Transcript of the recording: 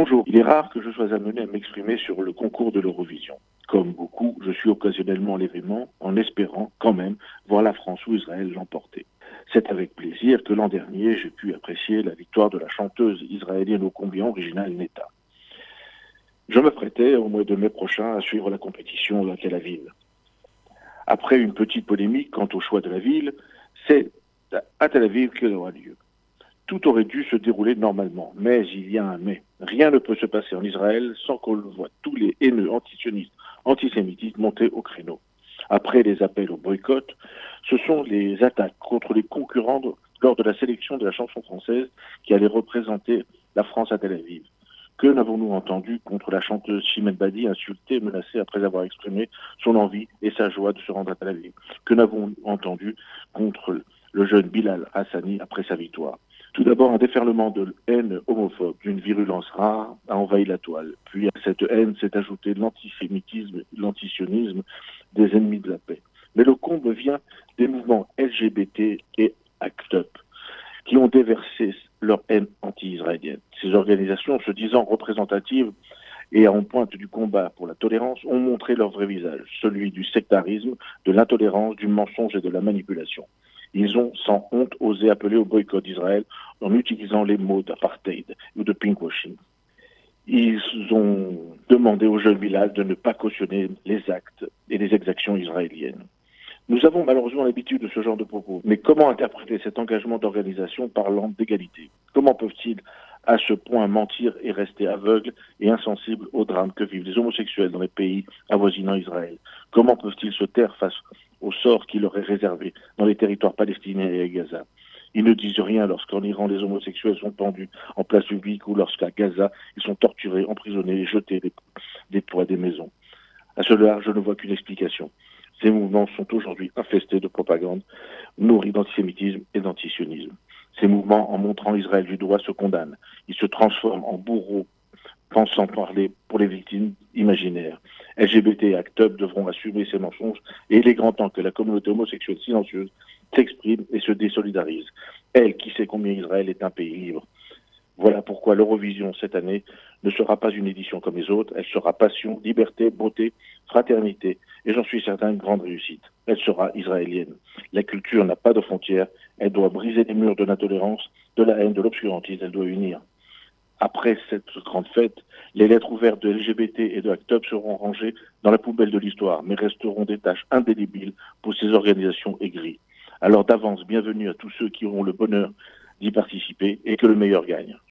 Bonjour, il est rare que je sois amené à m'exprimer sur le concours de l'Eurovision. Comme beaucoup, je suis occasionnellement l'événement en espérant quand même voir la France ou Israël l'emporter. C'est avec plaisir que l'an dernier, j'ai pu apprécier la victoire de la chanteuse israélienne ô combien originale Netta. Je m'apprêtais au mois de mai prochain à suivre la compétition à Tel Aviv. Après une petite polémique quant au choix de la ville, c'est à Tel Aviv qu'elle aura lieu. Tout aurait dû se dérouler normalement, mais il y a un mais. Rien ne peut se passer en Israël sans qu'on le voit tous les haineux antisionistes, antisémitistes monter au créneau. Après les appels au boycott, ce sont les attaques contre les concurrents lors de la sélection de la chanson française qui allait représenter la France à Tel Aviv. Que n'avons-nous entendu contre la chanteuse Chimène Badi insultée et menacée après avoir exprimé son envie et sa joie de se rendre à Tel Aviv? Que n'avons-nous entendu contre le jeune Bilal Hassani après sa victoire? Tout d'abord, un déferlement de haine homophobe d'une virulence rare a envahi la toile. Puis à cette haine s'est ajouté l'antisémitisme, l'antisionisme des ennemis de la paix. Mais le comble vient des mouvements LGBT et ACT UP qui ont déversé leur haine anti-israélienne. Ces organisations, se disant représentatives et en pointe du combat pour la tolérance, ont montré leur vrai visage, celui du sectarisme, de l'intolérance, du mensonge et de la manipulation. Ils ont sans honte osé appeler au boycott d'Israël en utilisant les mots d'apartheid ou de pinkwashing. Ils ont demandé au jeune Bilal de ne pas cautionner les actes et les exactions israéliennes. Nous avons malheureusement l'habitude de ce genre de propos. Mais comment interpréter cet engagement d'organisation parlant d'égalité? Comment peuvent-ils à ce point mentir et rester aveugles et insensibles au drame que vivent les homosexuels dans les pays avoisinant Israël? Comment peuvent-ils se taire face au sort qui leur est réservé dans les territoires palestiniens et à Gaza? Ils ne disent rien lorsqu'en Iran, les homosexuels sont pendus en place publique ou lorsqu'à Gaza, ils sont torturés, emprisonnés et jetés des toits des maisons. À cela, je ne vois qu'une explication. Ces mouvements sont aujourd'hui infestés de propagande, nourris d'antisémitisme et d'antisionisme. Ces mouvements, en montrant Israël du doigt, se condamnent. Ils se transforment en bourreaux, pensant parler pour les victimes imaginaires. LGBT et ACT UP devront assumer ces mensonges et il est grand temps que la communauté homosexuelle silencieuse s'exprime et se désolidarise. Elle, qui sait combien Israël est un pays libre. Voilà pourquoi l'Eurovision, cette année, ne sera pas une édition comme les autres. Elle sera passion, liberté, beauté, fraternité. Et j'en suis certain, une grande réussite. Elle sera israélienne. La culture n'a pas de frontières. Elle doit briser les murs de l'intolérance, de la haine, de l'obscurantisme. Elle doit unir. Après cette grande fête, les lettres ouvertes de LGBT et de ACT UP seront rangées dans la poubelle de l'histoire, mais resteront des tâches indélébiles pour ces organisations aigries. Alors d'avance, bienvenue à tous ceux qui auront le bonheur d'y participer et que le meilleur gagne.